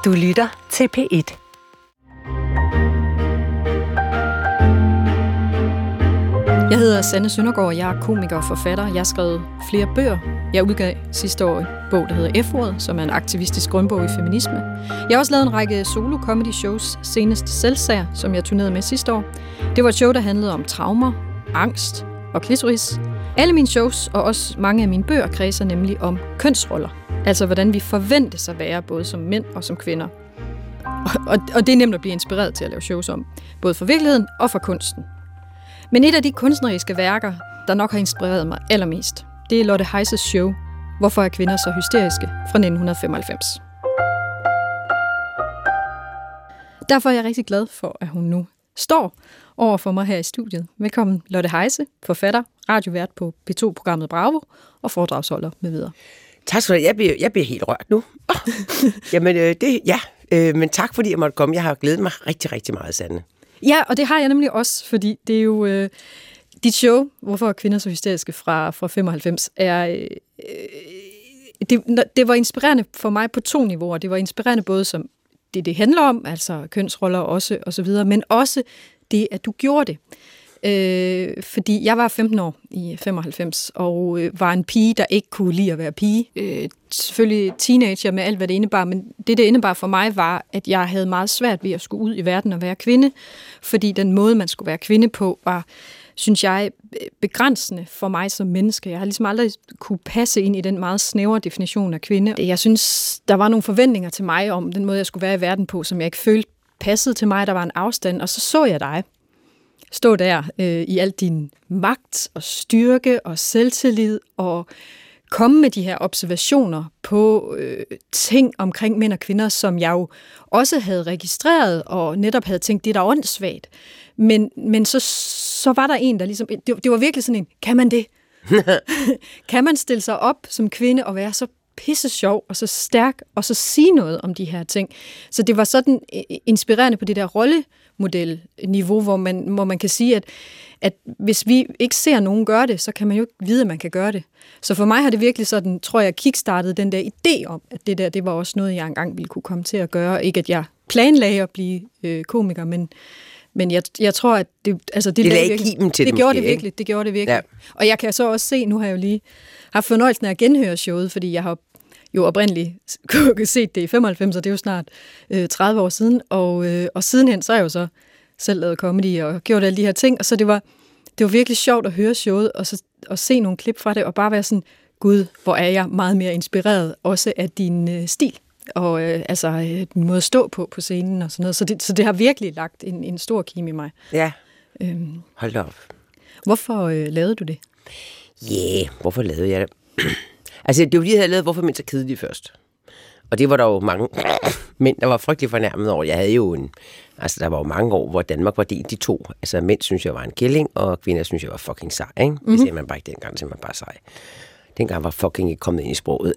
Du lytter til P1. Jeg hedder Sanne Søndergaard, og jeg er komiker og forfatter. Jeg har skrevet flere bøger. Jeg udgav sidste år en bog, der hedder F-ordet, som er en aktivistisk grundbog i feminisme. Jeg har også lavet en række solo-comedy-shows, senest Selvsær, som jeg turnerede med sidste år. Det var et show, der handlede om traumer, angst og klitoris. Alle mine shows, og også mange af mine bøger, kredser nemlig om kønsroller. Altså, hvordan vi forventes at være, både som mænd og som kvinder. Og det er nemt at blive inspireret til at lave shows om, både for virkeligheden og for kunsten. Men et af de kunstneriske værker, der nok har inspireret mig allermest, det er Lotte Heises show, Hvorfor er kvinder så hysteriske, fra 1995. Derfor er jeg rigtig glad for, at hun nu står over for mig her i studiet. Velkommen, Lotte Heise, forfatter, radiovært på P2-programmet Bravo og foredragsholder med videre. Tak skal du have. Jeg bliver helt rørt nu. Jamen, men tak fordi jeg måtte komme. Jeg har glædet mig rigtig, rigtig meget, Sanne. Ja, og det har jeg nemlig også, fordi det er jo dit show, Hvorfor er kvinder så hysteriske fra 95, det var inspirerende for mig på 2 niveauer. Det var inspirerende både som det handler om, altså kønsroller også, og så videre, men også det, at du gjorde det. Fordi jeg var 15 år i 95, og var en pige, der ikke kunne lide at være pige. Selvfølgelig teenager med alt, hvad det indebar, men det indebar for mig var, at jeg havde meget svært ved at skulle ud i verden og være kvinde, fordi den måde, man skulle være kvinde på, var, synes jeg, begrænsende for mig som menneske. Jeg har ligesom aldrig kunne passe ind i den meget snævre definition af kvinde. Jeg synes, der var nogle forventninger til mig om den måde, jeg skulle være i verden på, som jeg ikke følte passede til mig. Der var en afstand, og så jeg dig stå der i al din magt og styrke og selvtillid og komme med de her observationer på ting omkring mænd og kvinder, som jeg jo også havde registreret og netop havde tænkt, det er da åndssvagt. Men så var der en, der ligesom, det var virkelig sådan en, kan man det? Kan man stille sig op som kvinde og være så pisse sjov og så stærk og så sige noget om de her ting? Så det var sådan inspirerende på det der rollemodelniveau, hvor man kan sige, at hvis vi ikke ser nogen gøre det, så kan man jo ikke vide, at man kan gøre det. Så for mig har det virkelig sådan, tror jeg, kickstartet den der idé om, at det var også noget, jeg engang ville kunne komme til at gøre. Ikke at jeg planlagde at blive komiker, men jeg tror, at det lagde kimen til det gjorde det virkelig. Det gjorde det virkelig. Ja. Og jeg kan så også se, nu har jeg jo lige haft fornøjelsen af at genhøre showet, fordi jeg har jo oprindeligt set det i 95, og det er jo snart 30 år siden. Og sidenhen, så har jeg jo så selv lavet comedy og gjort alle de her ting. Og så det var virkelig sjovt at høre showet, og se nogle klip fra det, og bare være sådan, gud, hvor er jeg meget mere inspireret, også af din stil. Og din måde at stå på scenen og sådan noget. Så det har virkelig lagt en stor kim i mig. Ja, hold da op. Hvorfor lavede du det? Hvorfor lavede jeg det? Altså, det var lige, jeg havde lavet, hvorfor mænd så kedelige først. Og det var der jo mange mænd, der var frygtelig fornærmet over. Jeg havde jo der var jo mange år, hvor Danmark var delt i 2. Altså, mænd synes jeg var en kælling, og kvinder synes jeg var fucking sej, ikke? Mm-hmm. Det siger man bare ikke dengang, det siger man bare sej. Dengang var fucking ikke kommet ind i sproget.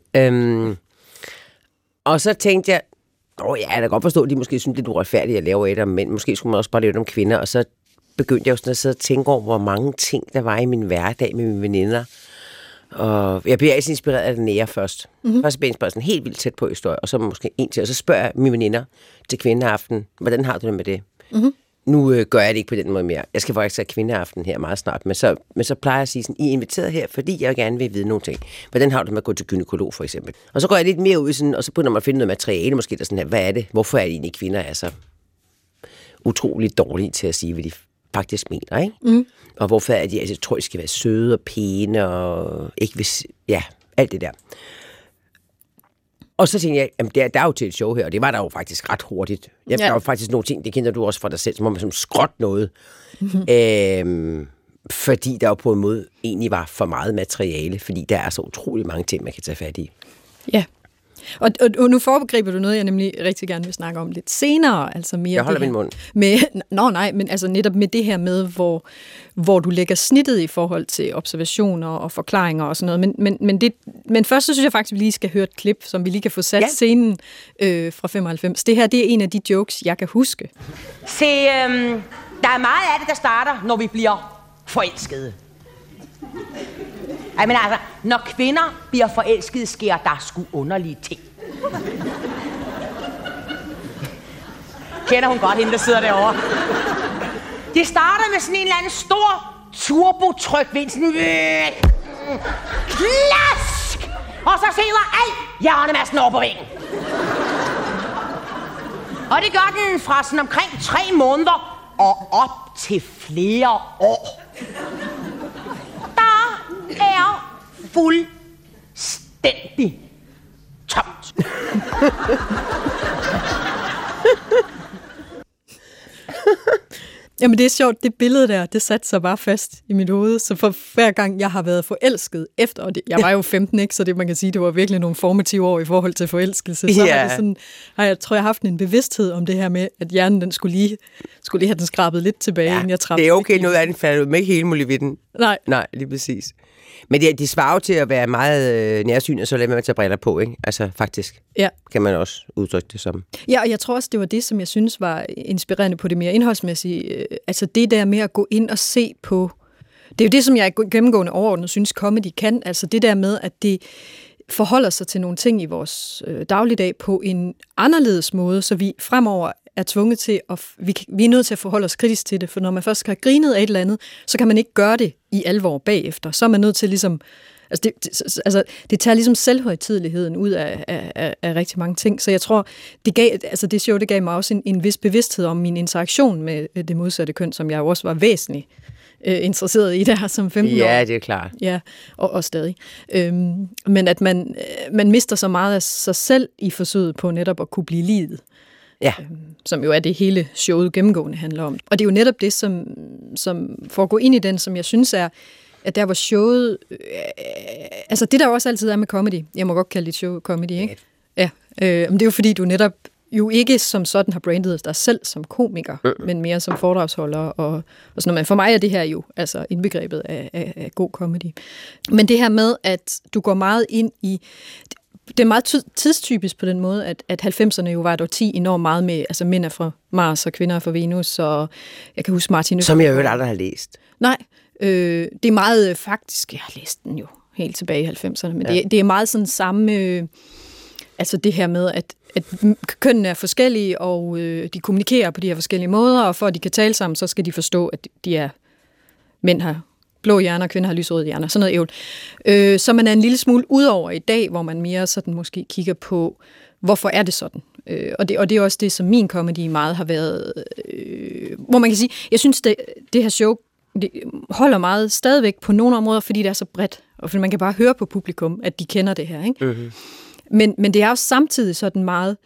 Og så tænkte jeg, jeg kan da godt forstå, at de måske synes, det er uretfærdigt at lave et om mænd. Måske skulle man også bare lave det om kvinder. Og så begyndte jeg jo sådan at sidde og tænke over, hvor mange ting, der var i min hverdag med mine veninder. Og jeg bliver altid inspireret af det nære først. Mm-hmm. Først bliver jeg inspireret sådan helt vildt tæt på historie, og så måske en til. Og så spørger jeg mine veninder til kvindeaften, hvordan har du det med det? Mm-hmm. Nu gør jeg det ikke på den måde mere. Jeg skal faktisk have kvindeaften her meget snart, men så plejer jeg at sige sådan, I er inviteret her, fordi jeg gerne vil vide nogle ting. Hvordan har du det med at gå til gynekolog, for eksempel? Og så går jeg lidt mere ud, sådan, og så begynder man at finde noget materiale, måske der sådan her, hvad er det? Hvorfor er det egentlig, kvinder er så utroligt dårlige til at sige, hvad de faktisk mener, ikke? Mm. Og hvorfor er de, jeg tror, de skal være søde og pæne, og ikke alt det der. Og så tænkte jeg, jamen der er jo til et show her, og det var der jo faktisk ret hurtigt. Der var faktisk nogle ting, det kender du også fra dig selv, som om man skråt noget. Mm-hmm. Fordi der jo på en måde egentlig var for meget materiale, fordi der er så utrolig mange ting, man kan tage fat i. Ja. Og nu foregriber du noget, jeg nemlig rigtig gerne vil snakke om lidt senere. Altså mere jeg holder min mund. Men altså netop med det her med, hvor du lægger snittet i forhold til observationer og forklaringer og sådan noget. Men først så synes jeg faktisk, at vi lige skal høre et klip, som vi lige kan få sat scenen fra 95. Det her, det er en af de jokes, jeg kan huske. Se, der er meget af det, der starter, når vi bliver forelskede. Jeg mener altså, når kvinder bliver forelskede, sker der sgu underlige ting. Kender hun godt hende, der sidder derovre. Det starter med sådan en eller anden stor turbotryk vind. Sådan klask! Og så sidder al hjernemassen over på væggen. Og det gør den fra sådan omkring 3 måneder og op til flere år. Der er fuldstændig tomt. Jamen det er sjovt, det billede der, det satte sig bare fast i mit hoved, så for hver gang jeg har været forelsket efter, og jeg var jo 15, ikke, så det man kan sige, det var virkelig nogle formative år i forhold til forelskelse, så har det sådan, jeg tror jeg har haft en bevidsthed om det her med, at hjernen den skulle lige have den skrabet lidt tilbage, inden jeg trappede. Det er okay, noget af den falder ud med ikke hele muligheden. Nej, lige præcis. Men det svarer jo til at være meget nærsynet, og så lader man tage briller på, ikke? Altså faktisk, kan man også udtrykke det som. Ja, og jeg tror også, det var det, som jeg synes var inspirerende på det mere indholdsmæssige. Altså det der med at gå ind og se på, det er jo det, som jeg gennemgående overordnet synes, comedy kan. Altså det der med, at det forholder sig til nogle ting i vores dagligdag på en anderledes måde, så vi fremover er tvunget til at, vi er nødt til at forholde os kritisk til det, for når man først har grinet af et eller andet, så kan man ikke gøre det i alvor bagefter. Så er man nødt til ligesom, det tager ligesom selvhøjtideligheden ud af rigtig mange ting. Så jeg tror, det show det gav mig også en vis bevidsthed om min interaktion med det modsatte køn, som jeg jo også var væsentligt interesseret i der som 15 år. Ja, det er klart. Ja, og stadig. Men at man mister så meget af sig selv i forsøget på netop at kunne blive lidet. Ja. Som jo er det hele showet gennemgående handler om. Og det er jo netop det, som får at gå ind i den, som jeg synes er, at der hvor showet... altså det der jo også altid er med comedy. Jeg må godt kalde dit show comedy, ikke? Ja. Men det er jo fordi, du netop jo ikke som sådan har brandet dig selv som komiker, men mere som foredragsholder og sådan noget. Men for mig er det her jo altså indbegrebet af god comedy. Men det her med, at du går meget ind i... Det er meget tidstypisk på den måde, at 90'erne jo var et årti enormt meget med, altså mænd er fra Mars og kvinder er fra Venus, og jeg kan huske Martin... Som jeg jo aldrig har læst. Nej, det er meget faktisk, jeg har læst den jo helt tilbage i 90'erne, men det er meget sådan samme, altså det her med, at kønnene er forskellige, og de kommunikerer på de her forskellige måder, og for at de kan tale sammen, så skal de forstå, at de er mænd har blå hjerner, kvinder har lysrøde hjerner, sådan noget ævl. Så man er en lille smule udover i dag, hvor man mere sådan måske kigger på, hvorfor er det sådan? Og det er også det, som min comedy meget har været, hvor man kan sige, jeg synes, det her show det holder meget stadigvæk på nogle områder, fordi det er så bredt, og fordi man kan bare høre på publikum, at de kender det her, ikke? Mm-hmm. Men det er også samtidig sådan meget,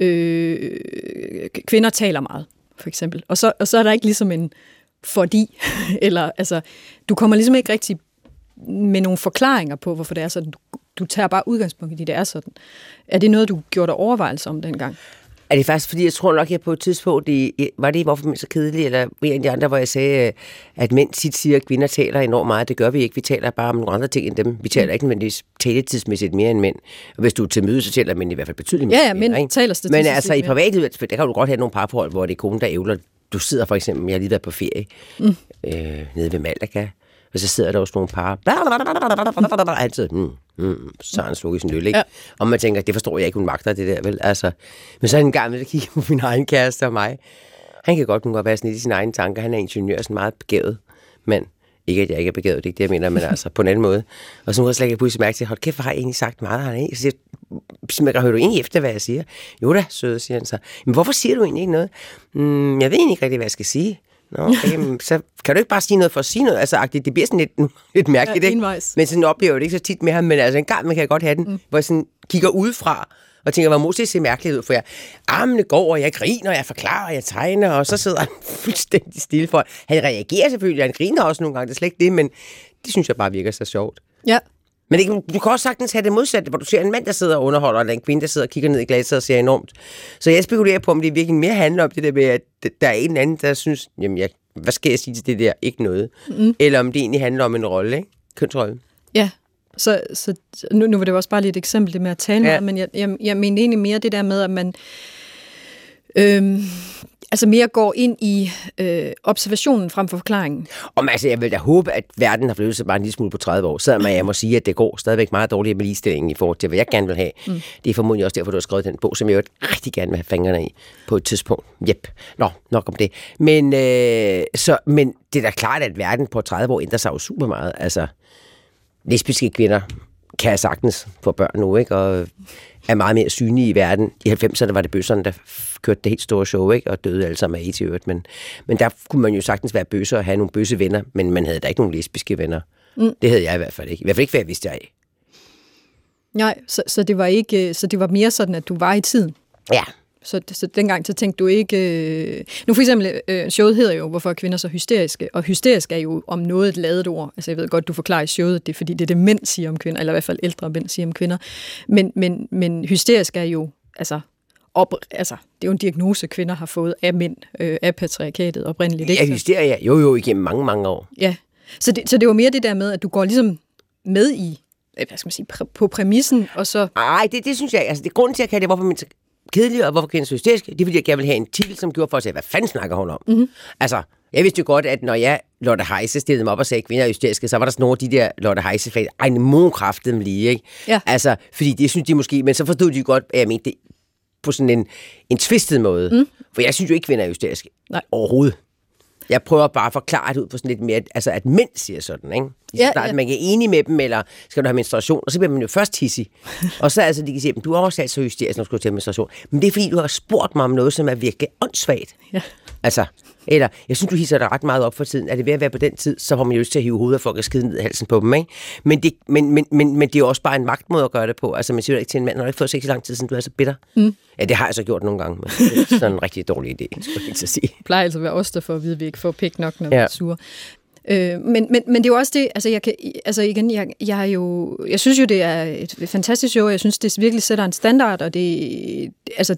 kvinder taler meget, for eksempel. Og så er der ikke ligesom en fordi, eller altså, du kommer ligesom ikke rigtig med nogle forklaringer på, hvorfor det er sådan. Du tager bare udgangspunkt i, det er sådan. Er det noget, du gjorde dig overvejelser om dengang? Er det faktisk, fordi jeg tror nok, at på et tidspunkt, var det hvorfor man så kedelig, eller en af de andre, hvor jeg sagde, at mænd tit siger, at kvinder taler enormt meget. Det gør vi ikke. Vi taler bare om nogle andre ting end dem. Vi taler ikke nødvendigvis taletidsmæssigt mere end mænd. Og hvis du er til møde, så taler mænd i hvert fald betydeligt mere. Ja, mænd taler statistisk. Men altså i privatlivet, der kan du godt have nogle parforhold, hvor det er konen, der ævler. Du sidder for eksempel, jeg har lige været på ferie, nede ved Malaga, og så sidder der også nogle par, altid, så er han slukket sin øl, ikke? Ja. Og man tænker, det forstår jeg ikke, hun magter det der, vel? Altså, men så er en gang med at kigge på min egen kæreste og mig. Han kan godt være sådan lidt i sine egne tanker. Han er ingeniør, sådan meget begavet mand. Ikke, at jeg ikke er begavet, det er ikke det, jeg mener, men altså på en anden måde. Og så nu har jeg slet ikke pludselig mærke til, hold kæft, hvor har jeg egentlig sagt meget, han ikke? Så siger, hører du egentlig efter, hvad jeg siger? Jo da, søde, siger han så. Men hvorfor siger du egentlig ikke noget? Jeg ved egentlig ikke rigtig, hvad jeg skal sige. Nå, okay, så kan du ikke bare sige noget for at sige noget? Altså, det bliver sådan lidt mærkeligt, ikke? Men sådan oplever jeg det ikke så tit med ham, men altså en gang, man kan godt have den, hvor jeg sådan kigger udefra, og tænker, hvor måske ser mærkeligt ud, for jeg armene går, og jeg griner, og jeg forklarer, og jeg tegner, og så sidder han fuldstændig stille for. Han reagerer selvfølgelig, og han griner også nogle gange, det er slet ikke det, men det synes jeg bare virker så sjovt. Ja. Men du kan også sagtens have det modsatte, hvor du ser en mand, der sidder og underholder, eller en kvinde, der sidder og kigger ned i glasset og ser enormt. Så jeg spekulerer på, om det virkelig mere handler om det der med, at der er en eller anden, der synes, jamen, hvad skal jeg sige til det der? Ikke noget. Eller om det egentlig handler om en rolle, ikke? Kønsrolle. Ja. Så nu var det også bare lige et eksempel, det med at tale med, men jeg mener egentlig mere det der med, at man... Altså mere går ind i observationen frem for forklaringen. Altså, jeg vil da håbe, at verden har flyttet sig bare en lille smule på 30 år, selvom jeg må sige, at det går stadigvæk meget dårligt med ligestillingen i forhold til, hvad jeg gerne vil have. Det er formodentlig også derfor, du har skrevet den bog, som jeg rigtig gerne vil have fingrene i på et tidspunkt. Jep. Nå, nok om det. Men det er da klart, at verden på 30 år ændrer sig jo super meget. Altså, lesbiske kvinder kan sagtens få børn nu, ikke? Og er meget mere synlige i verden. I 90'erne var det bøsserne, der kørte det helt store show, ikke? Og døde alle sammen af AIDS i øvrigt. Men der kunne man jo sagtens være bøsser og have nogle bøsse venner, men man havde da ikke nogen lesbiske venner. Det havde jeg i hvert fald ikke. I hvert fald ikke, hvad jeg vidste af. Nej, så det var ikke, så det var mere sådan, at du var i tiden. Ja. Så dengang så tænkte du ikke... Nu for eksempel, showet hedder jo, hvorfor er kvinder så hysteriske? Og hysterisk er jo om noget et ladet ord. Altså jeg ved godt, du forklarer i showet, det er fordi, det er det mænd siger om kvinder, eller i hvert fald ældre mænd siger om kvinder. Men hysterisk er jo... Altså, det er jo en diagnose, kvinder har fået af mænd, af patriarkatet oprindeligt. Ikke? Ja, hysteria. Jo, igennem mange, mange år. Ja, så det var mere det der med, at du går ligesom med i, hvad skal man sige, på præmissen, og så... Nej, det synes jeg ikke. Altså, det er grunden til, at jeg kan det, hvorfor min kedelige, og hvorfor kvinder så hysteriske, det er, fordi jeg gerne vil have en titel, som gjorde for at sige, hvad fanden snakker hun om? Mm-hmm. Altså, jeg vidste jo godt, at når jeg, Lotte Heise, stillede mig op og sagde, at kvinder er hysteriske, så var der sådan nogle af de der Lotte Heise-fag, en månkraft dem lige, ikke? Ja. Altså, fordi det synes de måske, men så forstod de godt, at jeg mente det på sådan en twistet måde. Mm. For jeg synes jo ikke, kvinder er hysteriske. Nej. Overhovedet. Jeg prøver bare at forklare det ud på sådan lidt mere, altså at mænd siger sådan, ikke? At man er enig med dem, eller skal du have menstruation, og så bliver man jo først hissig. Og så altså, de kan sige, du er også så hysterisk, når du skal til menstruation. Men det er fordi, du har spurgt mig om noget, som er virkelig åndssvagt. Ja. Altså, eller, jeg synes, du hisser dig ret meget op for tiden. Er det ved at være på den tid, så har man jo lyst til at hive hovedet af folk og skide ned i halsen på dem, ikke? Men det er jo også bare en magtmåde at gøre det på. Altså, man siger jo ikke til en mand, når du ikke fået sex i lang tid, siden du er så bitter. Mm. Ja, det har jeg så gjort nogle gange, men det er sådan en rigtig dårlig idé, skulle jeg ikke sige. Det plejer altså at være os, der får at vide, at vi ikke får pik nok, når vi er sure. Men det er jo også det, jeg synes jo, det er et fantastisk show, jeg synes, det virkelig sætter en standard, og det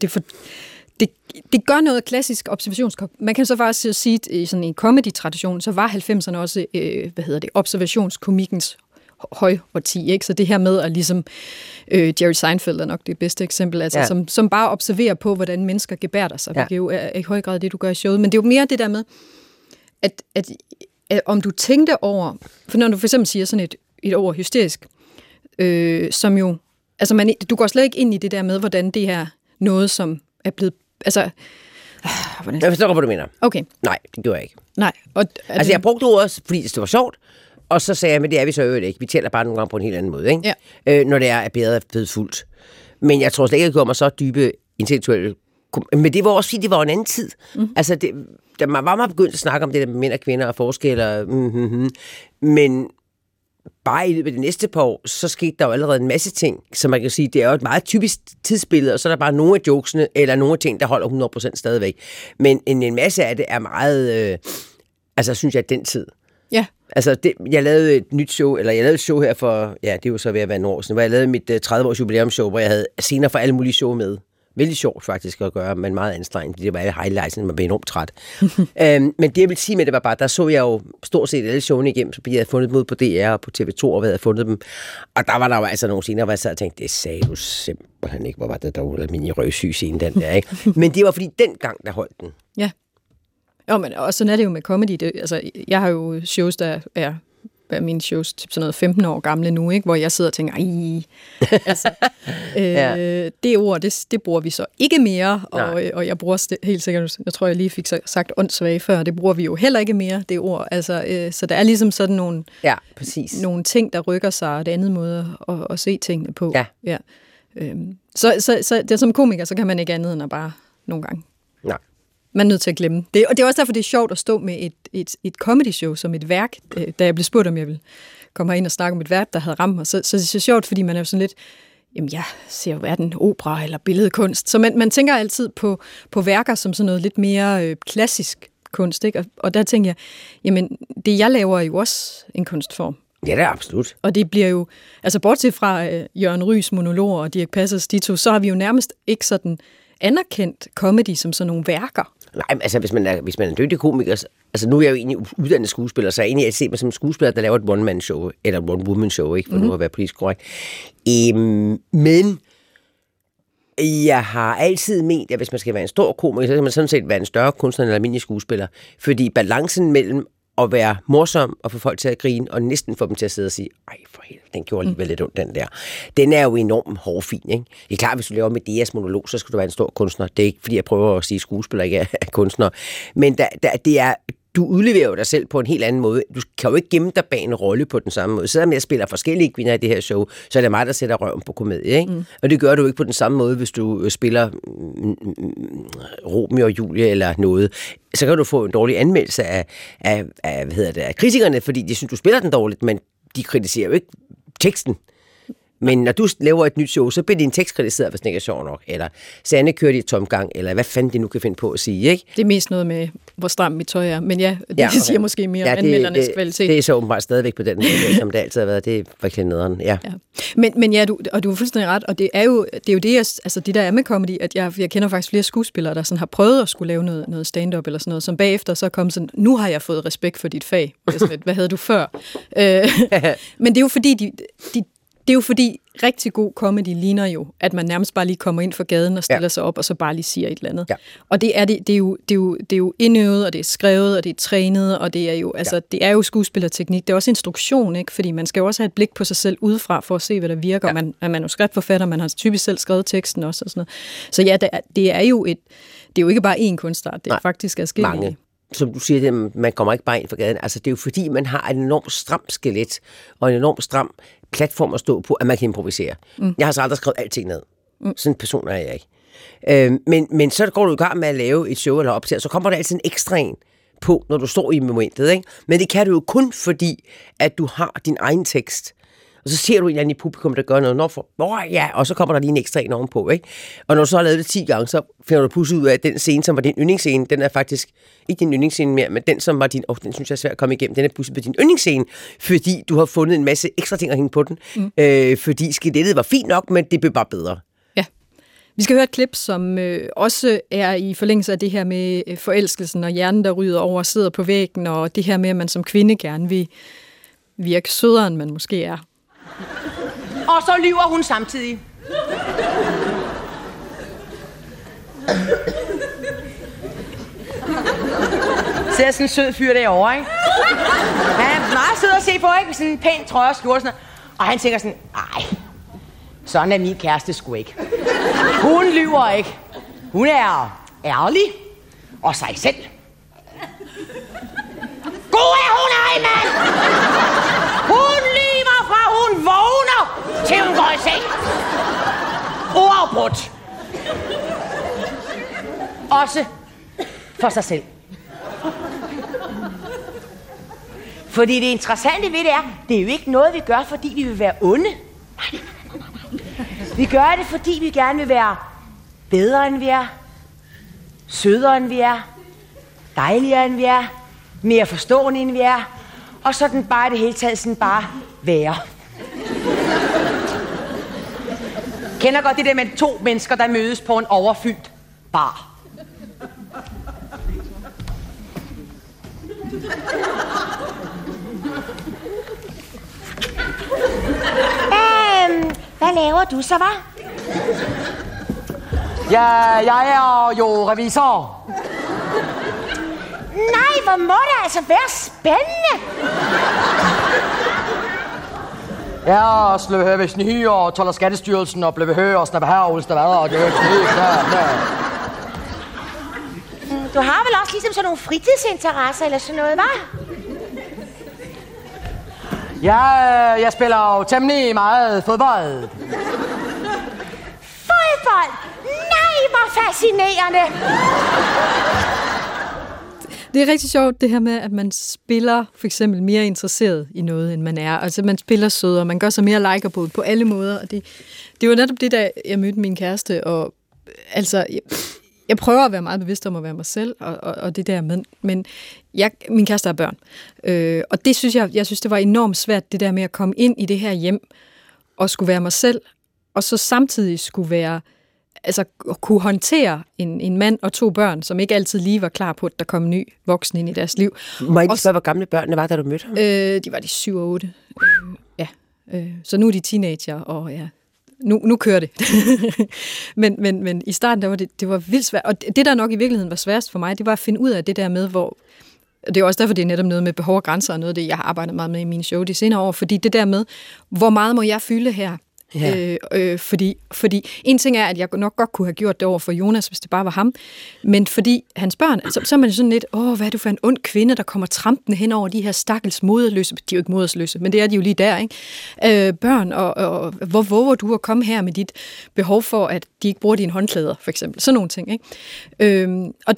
gør noget klassisk observationskop. Man kan så faktisk sige, at i sådan en comedy-tradition, så var 90'erne også, observationskomikkens højårti, ikke? Så det her med at ligesom, Jerry Seinfeld er nok det bedste eksempel, altså, som bare observerer på, hvordan mennesker gebærder sig, hvilket jo er i høj grad det, du gør i showet, men det er jo mere det der med, at om du tænkte over, for når du for eksempel siger sådan et ord hysterisk, som jo, altså du går slet ikke ind i det der med, hvordan det her noget, som er blevet, altså... Jeg forstår godt, hvad du mener. Okay. Nej, det gjorde jeg ikke. Nej. Altså, jeg brugte ordet, fordi det var sjovt, og så sagde jeg, men det er vi så øvrigt ikke. Vi tæller bare nogle gange på en helt anden måde, ikke? Ja. Når det er bedre blevet fuldt. Men jeg tror slet ikke, at det kommer så dybe intellektuelle... Men det var også, fordi det var en anden tid. Mm-hmm. Altså, da man var meget begyndt at snakke om det der med mænd og kvinder og forskelle, men bare i løbet af det næste par år, så skete der jo allerede en masse ting, så man kan sige, det er jo et meget typisk tidsbillede, og så er der bare nogle af jokesene, eller nogle af ting, der holder 100% stadigvæk. Men en masse af det er meget, synes jeg, den tid. Ja. Altså, jeg lavede et nyt show, eller jeg lavede et show her for, ja, det er jo så ved at være en år siden, hvor jeg lavede mit 30-års jubilæumsshow, hvor jeg havde scener for alle mulige show med. Vældig sjovt faktisk at gøre, men meget anstrengende. Det var alle highlights, man blev enormt træt. Men det jeg vil sige med det var bare, der så jeg jo stort set alle showene igennem, så jeg havde fundet dem ud på DR og på TV2, og hvad jeg havde fundet dem. Og der var der jo altså nogle scener, hvor jeg sad og tænkte, det sagde du simpelthen ikke, hvor var det derude, min røgsyg scene, den der, ikke? Men det var fordi dengang, der holdt den. Ja. Jo, men og sådan er det jo med comedy. Jeg har jo shows, der er mine shows typ sådan noget 15 år gamle nu, ikke? Hvor jeg sidder og tænker, det ord, det bruger vi så ikke mere, og jeg bruger helt sikkert, jeg tror, jeg lige fik sagt åndssvage før, det bruger vi jo heller ikke mere, det ord. Altså, så der er ligesom sådan nogle ting, der rykker sig, og det andet måde at se tingene på. Ja. Ja. Så det, som komiker, så kan man ikke andet end at bare nogle gange. Nej. Man er nødt til at glemme det. Og det er også derfor, det er sjovt at stå med et comedy show som et værk. Da jeg blev spurgt, om jeg ville komme herind og snakke om et værk, der havde ramt mig, så det er så sjovt, fordi man er jo sådan lidt, jamen jeg ser jo hverken opera eller billedkunst. Så man tænker altid på værker som sådan noget lidt mere klassisk kunst, ikke? Og der tænker jeg, jamen det jeg laver er jo også en kunstform. Ja, det er absolut. Og det bliver jo, altså bortset fra Jørgen Rygs monologer og Dirch Passers Ditto, så har vi jo nærmest ikke sådan anerkendt comedy som sådan nogle værker. Nej, altså hvis man er en dygtig komiker, altså nu er jeg jo egentlig uddannet skuespiller, så er jeg egentlig at se mig som en skuespiller, der laver et one-man-show, eller et one-woman-show, ikke, for nu at være politisk korrekt. Men Jeg har altid ment, at hvis man skal være en stor komiker, så skal man sådan set være en større kunstner end en almindelig skuespiller. Fordi balancen mellem at være morsom og få folk til at grine, og næsten få dem til at sidde og sige, ej for helvede, den gjorde alligevel lidt ondt, den der. Den er jo enormt hårfin, ikke? Det er klart, hvis du laver Medeas monolog, så skal du være en stor kunstner. Det er ikke, fordi jeg prøver at sige, at skuespiller ikke er kunstner. Men det er... Du udleverer jo dig selv på en helt anden måde. Du kan jo ikke gemme dig bag en rolle på den samme måde. Selvom jeg spiller forskellige kvinder i det her show, så er det mig, der sætter røven på komedie, ikke? Og det gør du ikke på den samme måde, hvis du spiller Romeo og Julie eller noget. Så kan du få en dårlig anmeldelse af kritikerne, fordi de synes, du spiller den dårligt, men de kritiserer jo ikke teksten. Men når du laver et nyt show, så bliver din tekst kritiseret, hvis den ikke er sjov nok. Eller Sanne kører i tomgang, eller hvad fanden de nu kan finde på at sige, ikke? Det er mest noget med, hvor stram mit tøj er. Men det siger måske mere om anmeldernes kvalitet. Det er så åbenbart stadigvæk på den måde, som det altid har været. Det er virkelig nederen, ja. Men ja, du har fuldstændig ret, og det er jo det, altså det der er med comedy, at jeg kender faktisk flere skuespillere, der sådan har prøvet at skulle lave noget stand-up eller sådan noget, som bagefter så kom sådan, nu har jeg fået respekt for dit fag. Hvad havde du før? Men det er jo fordi, det er jo fordi rigtig god comedy ligner jo, at man nærmest bare lige kommer ind for gaden og stiller sig op, og så bare lige siger et eller andet. Ja. Og det er jo indøvet, og det er skrevet, og det er trænet, og det er jo, det er jo skuespillerteknik. Det er også instruktion, ikke? Fordi man skal jo også have et blik på sig selv udefra, for at se, hvad der virker. Man er manuskriptforfatter, man har typisk selv skrevet teksten også, og sådan noget. Så ja, det er jo ikke bare én kunstart, det er faktisk adskillige. Mange. Som du siger, man kommer ikke bare ind for gaden. Altså, det er jo fordi, man har et enormt stramt skelet, og en enormt stram platform at stå på, at man kan improvisere. Jeg har så aldrig skrevet alting ned. Sådan en person er jeg ikke. Men så går du i gang med at lave et show eller optager, så kommer der altid en ekstra en på, når du står i momentet, ikke? Men det kan du jo kun fordi, at du har din egen tekst. Og så ser du en eller anden i publikum, der gør noget, og så kommer der lige en ekstra en ovenpå, ikke? Og når du så har lavet det 10 gange, så finder du pludselig ud af, at den scene, som var din yndlingsscene, den er faktisk ikke din yndlingsscene mere, men den, som var din, den synes jeg er svært at komme igennem, den er pludselig din yndlingsscene, fordi du har fundet en masse ekstra ting at hænge på den, fordi skelettet var fint nok, men det blev bare bedre. Ja. Vi skal høre et klip, som også er i forlængelse af det her med forelskelsen og hjernen, der ryger over og sidder på væggen, og det her med, at man som kvinde gerne vil virke sødere, end man måske er. Og så lyver hun samtidig. Ser sådan en sød fyr derovre, ikke? Han er meget sød at se på, ikke? Sådan en pæn trøje og skjorte sådan. Og han tænker sådan, ej, sådan er min kæreste sgu ikke. Hun lyver ikke. Hun er ærlig og sig selv. God er hun ej, mand! Hun lyver fra hun vågner, til hun går i seng. Uafbrudt. Også for sig selv. Fordi det interessante ved det er jo ikke noget, vi gør, fordi vi vil være onde. Vi gør det, fordi vi gerne vil være bedre, end vi er. Sødere, end vi er. Dejligere, end vi er. Mere forstående, end vi er. Og sådan bare det hele taget sådan bare være. Kender godt det der med 2 mennesker, der mødes på en overfyldt bar. Hvad laver du så, hva'? Ja, jeg er jo revisor. Nej, hvor må det altså være spændende. Ja, og slå ved sny og tåler Skattestyrelsen og blev hø og snappe her og hvad og det er sny. Du har vel også ligesom sådan nogle fritidsinteresser eller sådan noget, hva'? Ja, jeg spiller jo temmelig meget fodbold. Fodbold? Nej, hvor fascinerende! Det er rigtig sjovt, det her med, at man spiller for eksempel mere interesseret i noget, end man er. Altså, man spiller sødere, man gør sig mere likeable på alle måder. Og det var netop det, da jeg mødte min kæreste, og altså... Jeg prøver at være meget bevidst om at være mig selv, og det der med, men min kæreste har børn. Og det synes jeg synes, det var enormt svært, det der med at komme ind i det her hjem, og skulle være mig selv, og så samtidig skulle være, altså kunne håndtere en mand og 2 børn, som ikke altid lige var klar på, at der kom en ny voksen ind i deres liv. Må jeg lige spørge, hvor gamle børnene var, da du mødte ham? De var de 7 og 8. Så nu er de teenager, og ja. nu kører det. men i starten, der var det var vildt svært. Og det, der nok i virkeligheden var sværest for mig, det var at finde ud af det der med, hvor... Det er også derfor, det er netop noget med behov og grænser, og noget af det, jeg har arbejdet meget med i mine show de senere år. Fordi det der med, hvor meget må jeg fylde her? Ja. Fordi en ting er, at jeg nok godt kunne have gjort det over for Jonas, hvis det bare var ham, men fordi hans børn, så er man sådan lidt, hvad er du for en ond kvinde, der kommer trampende hen over de her stakkels moderløse, de er jo ikke moderløse, men det er de jo lige der, ikke? Børn, og hvor våger du at komme her med dit behov for, at de ikke bruger dine håndklæder, for eksempel, sådan nogle ting, ikke? Og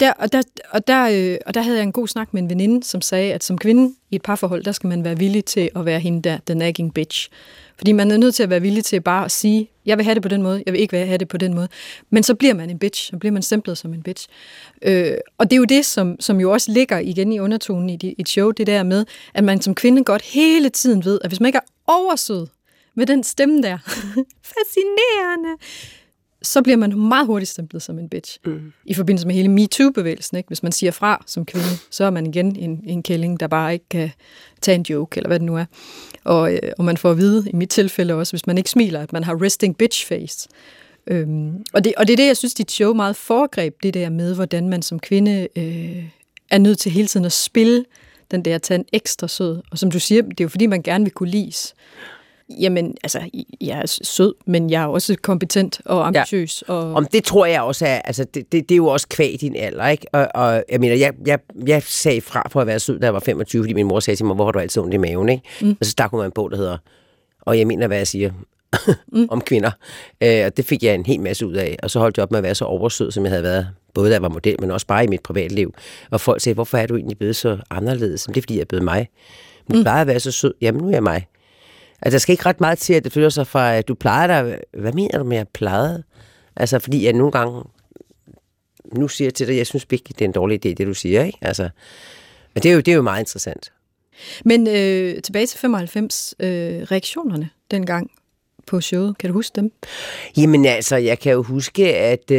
der havde jeg en god snak med en veninde, som sagde, at som kvinde i et parforhold, der skal man være villig til at være hende der, the nagging bitch. Fordi man er nødt til at være villig til bare at sige, jeg vil have det på den måde, jeg vil ikke have det på den måde. Men så bliver man en bitch, så bliver man stemplet som en bitch. Og det er jo det, som jo også ligger igen i undertonen i et show, det der med, at man som kvinde godt hele tiden ved, at hvis man ikke er oversød med den stemme der, fascinerende, så bliver man meget hurtigt stemplet som en bitch. I forbindelse med hele MeToo-bevægelsen, ikke? Hvis man siger fra som kvinde, så er man igen en kælling, der bare ikke kan tage en joke, eller hvad det nu er. Og man får at vide, i mit tilfælde også, hvis man ikke smiler, at man har resting bitch face. Og det er det, jeg synes, dit show meget foregreb, det der med, hvordan man som kvinde er nødt til hele tiden at spille den der, at tage en ekstra sød. Og som du siger, det er jo fordi, man gerne vil kunne lides. Jamen, altså, jeg er sød, men jeg er også kompetent og ambitiøs. Ja. Om det tror jeg også er, altså, det er jo også kvad din alder, ikke? Og jeg mener, jeg sagde fra for at være sød, da jeg var 25, fordi min mor sagde til mig, hvor har du altid ondt i maven, ikke? Og så stak hun mig en bog, der hedder, og jeg mener, hvad jeg siger om kvinder. Og det fik jeg en hel masse ud af, og så holdt jeg op med at være så oversød, som jeg havde været, både da jeg var model, men også bare i mit privatliv. Og folk sagde, hvorfor er du egentlig blevet så anderledes? Det er, fordi jeg er blevet mig. Men du plejer at være så sød. Jamen, nu er jeg mig. Altså, der skal ikke ret meget til, at det føler sig fra, at du plejer dig. Hvad mener du med, at jeg plejede? Altså, fordi jeg nogle gange, nu siger jeg til dig, jeg synes virkelig, det er en dårlig idé, det du siger, ikke? Altså, men det er jo meget interessant. Men tilbage til 95, reaktionerne dengang på showet, kan du huske dem? Jamen altså, jeg kan jo huske,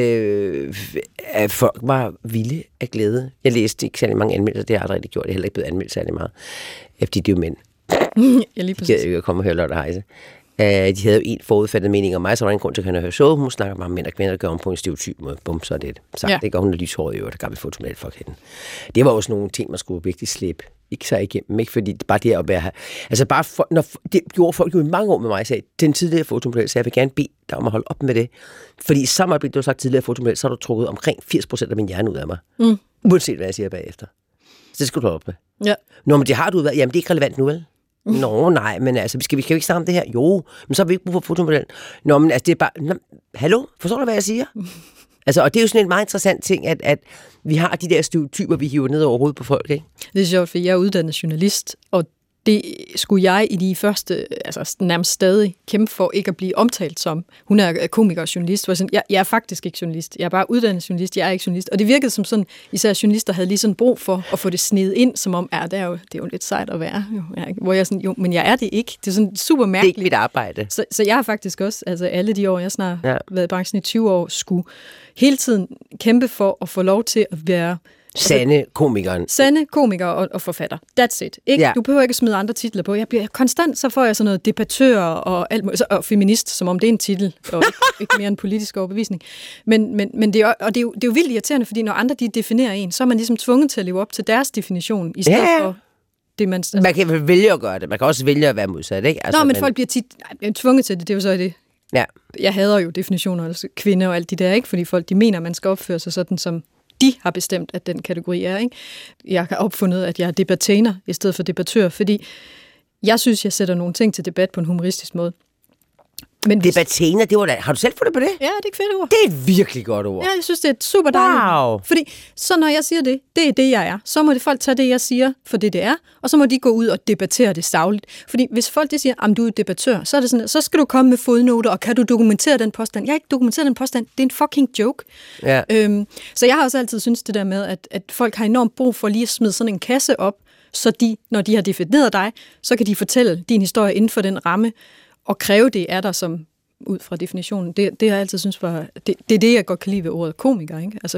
at folk var vilde af glæde. Jeg læste ikke særlig mange anmeldelser, det har jeg aldrig rigtig gjort. Jeg er heller ikke blevet anmeldt særlig meget, fordi de er jo mænd. Ja, lige præcis. De havde jo ikke at komme og høre Lotte Heise. De havde jo en forudfattet mening om mig, så var der en grund til at høre showet. Hun snakker bare om mænd og kvinder, der gør om på en stereotyp måde. Bum, så er det sagt. Ja. Det gør hun, når lyshåret i øvrigt, der gammel fotomodel for hende. Det var også nogle ting, man skulle virkelig slippe. Ikke så igennem, ikke? Fordi bare det at være... Altså bare, når det gjorde folk jo i mange år med mig, og sagde, den tidligere fotomodel, så jeg vil gerne bede dig om at holde op med det. Fordi i samme øjeblik, du har sagt tidligere fotomodel, så har du trukket omkring 80% af min hjerne ud af mig. Uanset hvad jeg siger bagefter. Så det skal du holde op med. Ja. Nå, men det har du været. Jamen, det er ikke relevant nu, vel? Nå, nej, men altså, vi kan jo ikke snakke om det her. Jo, men så har vi ikke brug for fotomodellen. Nå, men altså, det er bare... Hallo? Forstår du, hvad jeg siger? Altså, og det er jo sådan en meget interessant ting, at vi har de der stereotyper, vi hiver ned over hovedet på folk, ikke? Det er sjovt, for jeg er uddannet journalist, og det skulle jeg i de første, altså nærmest stadig, kæmpe for ikke at blive omtalt som. Hun er komiker og journalist. Jeg er faktisk ikke journalist. Jeg er bare uddannet journalist. Jeg er ikke journalist. Og det virkede som sådan, især journalister havde lige sådan brug for at få det snedet ind, som om, det er jo lidt sejt at være. Jo, hvor jeg sådan, jo, men jeg er det ikke. Det er sådan super mærkeligt. Det er ikke mit arbejde. Så jeg har faktisk også, altså alle de år, jeg snart været i branchen i 20 år, skulle hele tiden kæmpe for at få lov til at være Sande komikeren. Sande komiker og forfatter. That's it. Ikke? Ja. Du behøver ikke smide andre titler på. Jeg bliver konstant, så får jeg sådan noget debattør og alt muligt, og feminist, som om det er en titel, og ikke mere en politisk overbevisning. Men det er jo vildt irriterende, fordi når andre de definerer en, så er man ligesom tvunget til at leve op til deres definition, i stedet for det, man... Altså, man kan vælge at gøre det. Man kan også vælge at være modsat, ikke? Altså, men folk bliver tit tvunget til det. Det er jo så det. Ja. Jeg hader jo definitioner, altså kvinder og alt de der, ikke? Fordi folk, de mener, man skal opføre sig sådan, som de har bestemt, at den kategori er, ikke? Jeg har opfundet, at jeg er debattaner i stedet for debattør, fordi jeg synes, jeg sætter nogle ting til debat på en humoristisk måde. Men debattaner, det var da... Har du selv fundet på det? Ja, det er et fedt ord. Det er et virkelig godt ord. Ja, jeg synes, det er et super dejligt. Wow. Fordi så når jeg siger det er det, jeg er, så må det folk tage det, jeg siger, for det er, og så må de gå ud og debattere det sagligt. Fordi hvis folk de siger, du er debattør, så er det sådan, så skal du komme med fodnoter, og kan du dokumentere den påstand? Jeg har ikke dokumenteret den påstand. Det er en fucking joke. Ja. Så jeg har også altid syntes det der med, at folk har enormt brug for lige at smide sådan en kasse op, så de, når de har defineret dig, så kan de fortælle din historie inden for den ramme, og kræve det af dig som ud fra definitionen. Det har jeg altid synes var... Det er det, jeg godt kan lide ved ordet komiker, ikke? Altså,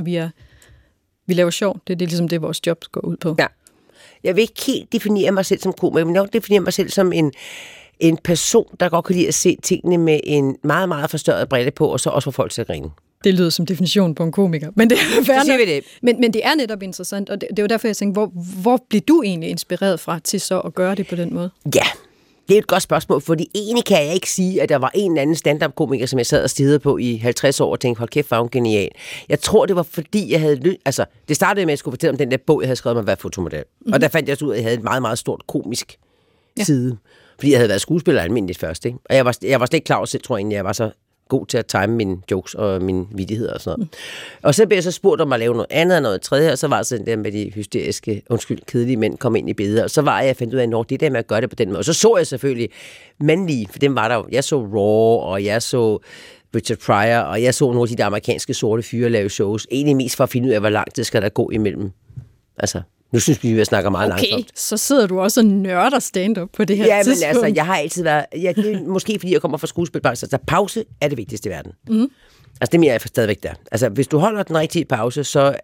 vi laver sjov. Det er ligesom det, vores job går ud på. Ja. Jeg vil ikke helt definere mig selv som komiker, men nok definere mig selv som en person, der godt kan lide at se tingene med en meget, meget forstørret brille på, og så også få folk til at grine. Det lyder som definition på en komiker. Men det er Så siger vi det. Men det er netop interessant, og det var derfor, jeg tænkte, hvor blev du egentlig inspireret fra til så at gøre det på den måde? Ja, det er et godt spørgsmål, fordi egentlig kan jeg ikke sige, at der var en eller anden stand-up-komiker, som jeg sad og stirrede på i 50 år og tænkte, hold kæft, var hun genial. Jeg tror, det var fordi, jeg havde... Altså, det startede med, at jeg skulle fortælle om den der bog, jeg havde skrevet om at være fotomodel. Og der fandt jeg ud af, at jeg havde et meget, meget stort komisk side. Fordi jeg havde været skuespiller almindeligt først, ikke? Og jeg var slet ikke klar over selv, tror jeg, jeg var så god til at time mine jokes og mine vittigheder og sådan noget. Og så blev jeg så spurgt om at lave noget andet og noget tredje, og så var det sådan der med de hysteriske, kedelige mænd kom ind i billedet, og så var jeg fandt ud af, at det der med at gøre det på den måde. Og så jeg selvfølgelig mandlige, for dem var der jo. Jeg så Raw, og jeg så Richard Pryor, og jeg så nogle af de der amerikanske sorte fyre lave shows. Egentlig mest for at finde ud af, hvor lang tid skal der gå imellem. Altså, nu synes vi, at snakke meget langsomt. Så sidder du også og nørder stand-up på det her tidspunkt. Ja, men altså, jeg har altid været... Ja, det er måske, fordi jeg kommer fra skuespilbranchen. Altså, pause er det vigtigste i verden. Altså, det mener jeg stadigvæk der. Altså, hvis du holder den rigtige pause, så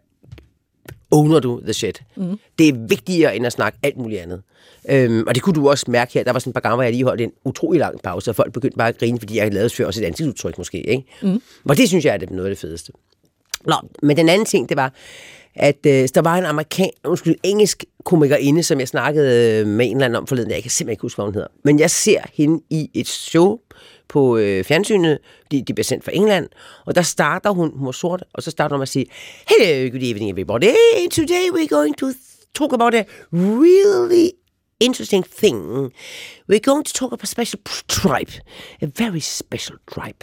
owner du the shit. Det er vigtigere, end at snakke alt muligt andet. Og det kunne du også mærke her. Der var sådan et par gange, hvor jeg lige holdt en utrolig lang pause, og folk begyndte bare at grine, fordi jeg havde lavet før også et ansigtsudtryk måske, ikke? Og det synes jeg er noget af det fedeste. Nå, men den anden ting, det var, at der var en engelsk komikerinde, som jeg snakkede med en eller anden om forleden. Jeg kan simpelthen ikke huske, hvad hun hedder. Men jeg ser hende i et show på fjernsynet, de bliver sendt fra England, og der starter hun var sort, og så starter hun med at sige, hello, good evening everybody, today we're going to talk about a really interesting thing. We're going to talk about a special tribe, a very special tribe.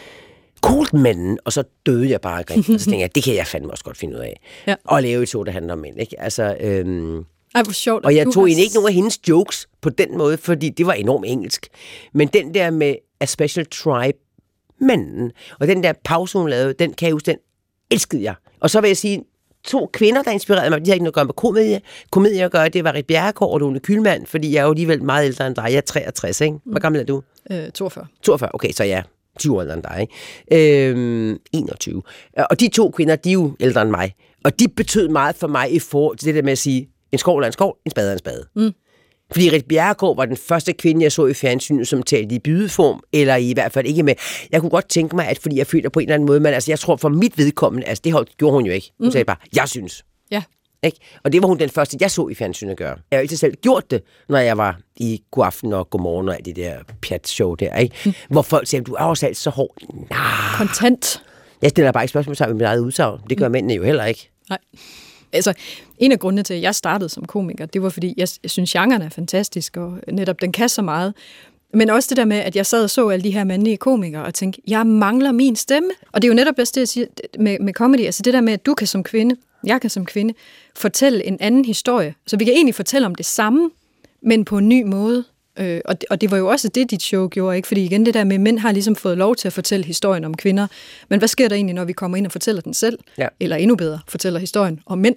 Cold men, og så døde jeg bare og så tænkte jeg, det kan jeg fandme også godt finde ud af. Ja. Og lave et show, der handler om mænd, ikke? Altså, Ej, hvor sjovt. Og jeg tog egentlig ikke nogen af hendes jokes på den måde, fordi det var enormt engelsk. Men den der med A Special Tribe, manden, og den der pause, hun lavede, den kan jeg huske, den elskede jeg. Og så vil jeg sige, 2 kvinder, der inspirerede mig, de havde ikke noget at gøre med komedie at gøre, det var Rit Bjerregaard og Lone Kühlmann, fordi jeg er jo alligevel meget ældre end dig. Jeg er 63, ikke? Hvor gammel er du? 42. 42, okay, så ja. 20 år ældre end dig, ikke? 21. Og de 2 kvinder, de er jo ældre end mig. Og de betød meget for mig i forhold til det der med at sige, en skovl er en skovl, en spade er en spade. Fordi Rit Bjerregaard var den første kvinde, jeg så i fjernsynet, som talte i bydeform, eller i hvert fald ikke med. Jeg kunne godt tænke mig, at fordi jeg følte på en eller anden måde, men altså, jeg tror for mit vedkommende, altså det gjorde hun jo ikke. Hun sagde bare, jeg synes. Ja. Ikke? Og det var hun den første, jeg så i fjernsynet gøre. Jeg har altid selv gjort det, når jeg var i Godaften og Godmorgen og alt det der pjat-show der, ikke? Hvor folk siger, du er også altid så hård. Nah. Kontant. Jeg stiller bare ikke spørgsmål sammen med mit eget udsagn. Det gør mændene jo heller ikke. Nej. Altså, en af grundene til, at jeg startede som komiker, det var, fordi jeg synes, genren er fantastisk, og netop den kan så meget. Men også det der med, at jeg sad og så alle de her mandlige komikere, og tænkte, jeg mangler min stemme. Og det er jo netop også det, jeg siger med comedy. Altså det der med, at du kan som kvinde, jeg kan som kvinde, fortælle en anden historie. Så vi kan egentlig fortælle om det samme, men på en ny måde. Og det var jo også det, dit show gjorde, ikke? Fordi igen, det der med, mænd har ligesom fået lov til at fortælle historien om kvinder. Men hvad sker der egentlig, når vi kommer ind og fortæller den selv? Ja. Eller endnu bedre, fortæller historien om mænd?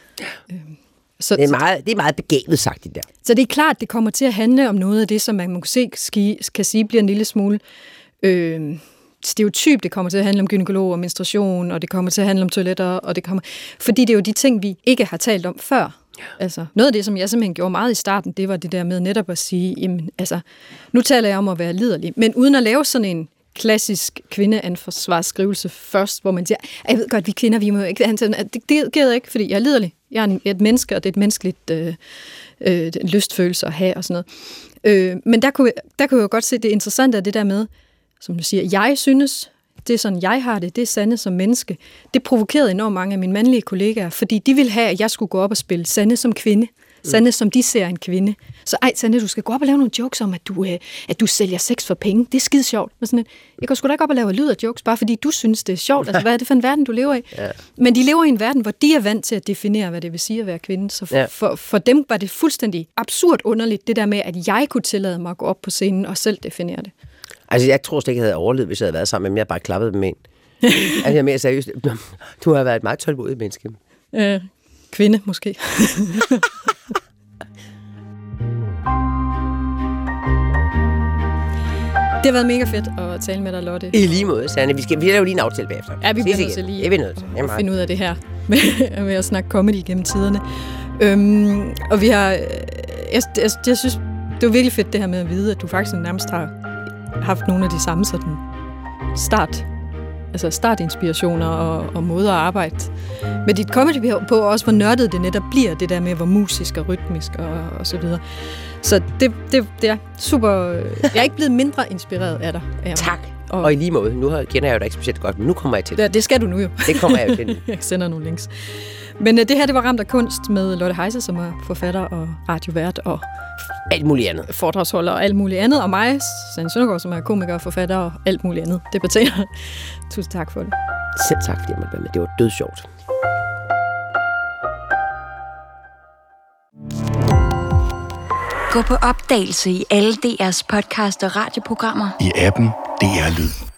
Så, det er meget begavet sagt, det der. Så det er klart, det kommer til at handle om noget af det, som man kan sige bliver en lille smule stereotyp. Det kommer til at handle om gynækolog og menstruation, og det kommer til at handle om toiletter, og fordi det er jo de ting, vi ikke har talt om før. Altså, noget af det, som jeg simpelthen gjorde meget i starten, det var det der med netop at sige, jamen, altså, nu taler jeg om at være liderlig, men uden at lave sådan en klassisk kvindeansvarsskrivelse først, hvor man siger, jeg ved godt, vi kvinder, vi må jo ikke, det gider jeg ikke, fordi jeg er liderlig. Jeg er et menneske, og det er et menneskeligt lystfølelse at have og sådan noget. Men der kunne jeg jo godt se, det interessante af det der med, som du siger, jeg synes, det er sådan, jeg har det er Sanne som menneske. Det provokerede enormt mange af mine mandlige kollegaer, fordi de ville have, at jeg skulle gå op og spille Sanne som kvinde. Sanne, som de ser en kvinde. Så Sanne, du skal gå op og lave nogle jokes om, at du sælger sex for penge. Det er skide sjovt. Jeg går sgu da ikke op og lave lyd af jokes, bare fordi du synes, det er sjovt. Altså, hvad er det for en verden, du lever i? Ja. Men de lever i en verden, hvor de er vant til at definere, hvad det vil sige at være kvinde. Så for dem var det fuldstændig absurd underligt, det der med, at jeg kunne tillade mig at gå op på scenen og selv definere det. Altså, jeg tror slet ikke, jeg havde overlevet, hvis jeg havde været sammen med dem. Jeg havde bare klappet dem ind. Altså, jeg er mere seriøst. Du har været et meget tålmodigt menneske. Kvinde, måske. Det har været mega fedt at tale med dig, Lotte. I lige måde, Sanne. Vi laver lige en aftale bagefter. Ja, vi bliver nødt til lige at finde ud af det her med at snakke comedy gennem tiderne. Og vi har... Jeg synes, det var virkelig fedt det her med at vide, at du faktisk nærmest har haft nogle af de samme sådan startinspirationer og måder at arbejde med dit comedy på, også hvor nørdet det netop bliver, det der med, hvor musisk og rytmisk og så videre. Så det er super... Jeg er ikke blevet mindre inspireret af dig. Tak. Og i lige måde. Nu kender jeg jo dig ikke specielt godt, men nu kommer jeg til det. Det skal du nu jo. Det kommer jeg jo til. Jeg sender nogle links. Men det her, det var Ramt af kunst med Lotte Heise, som er forfatter og radiovært og alt muligt andet. Foredragsholder og alt muligt andet. Og mig, Sanne Søndergaard, som er komiker og forfatter og alt muligt andet. Debatterer. Tusind tak for det. Selv tak, fordi jeg måtte være med. Det var dødsjovt. Gå på opdagelse i alle DR's podcast og radioprogrammer. I appen DR Lyd.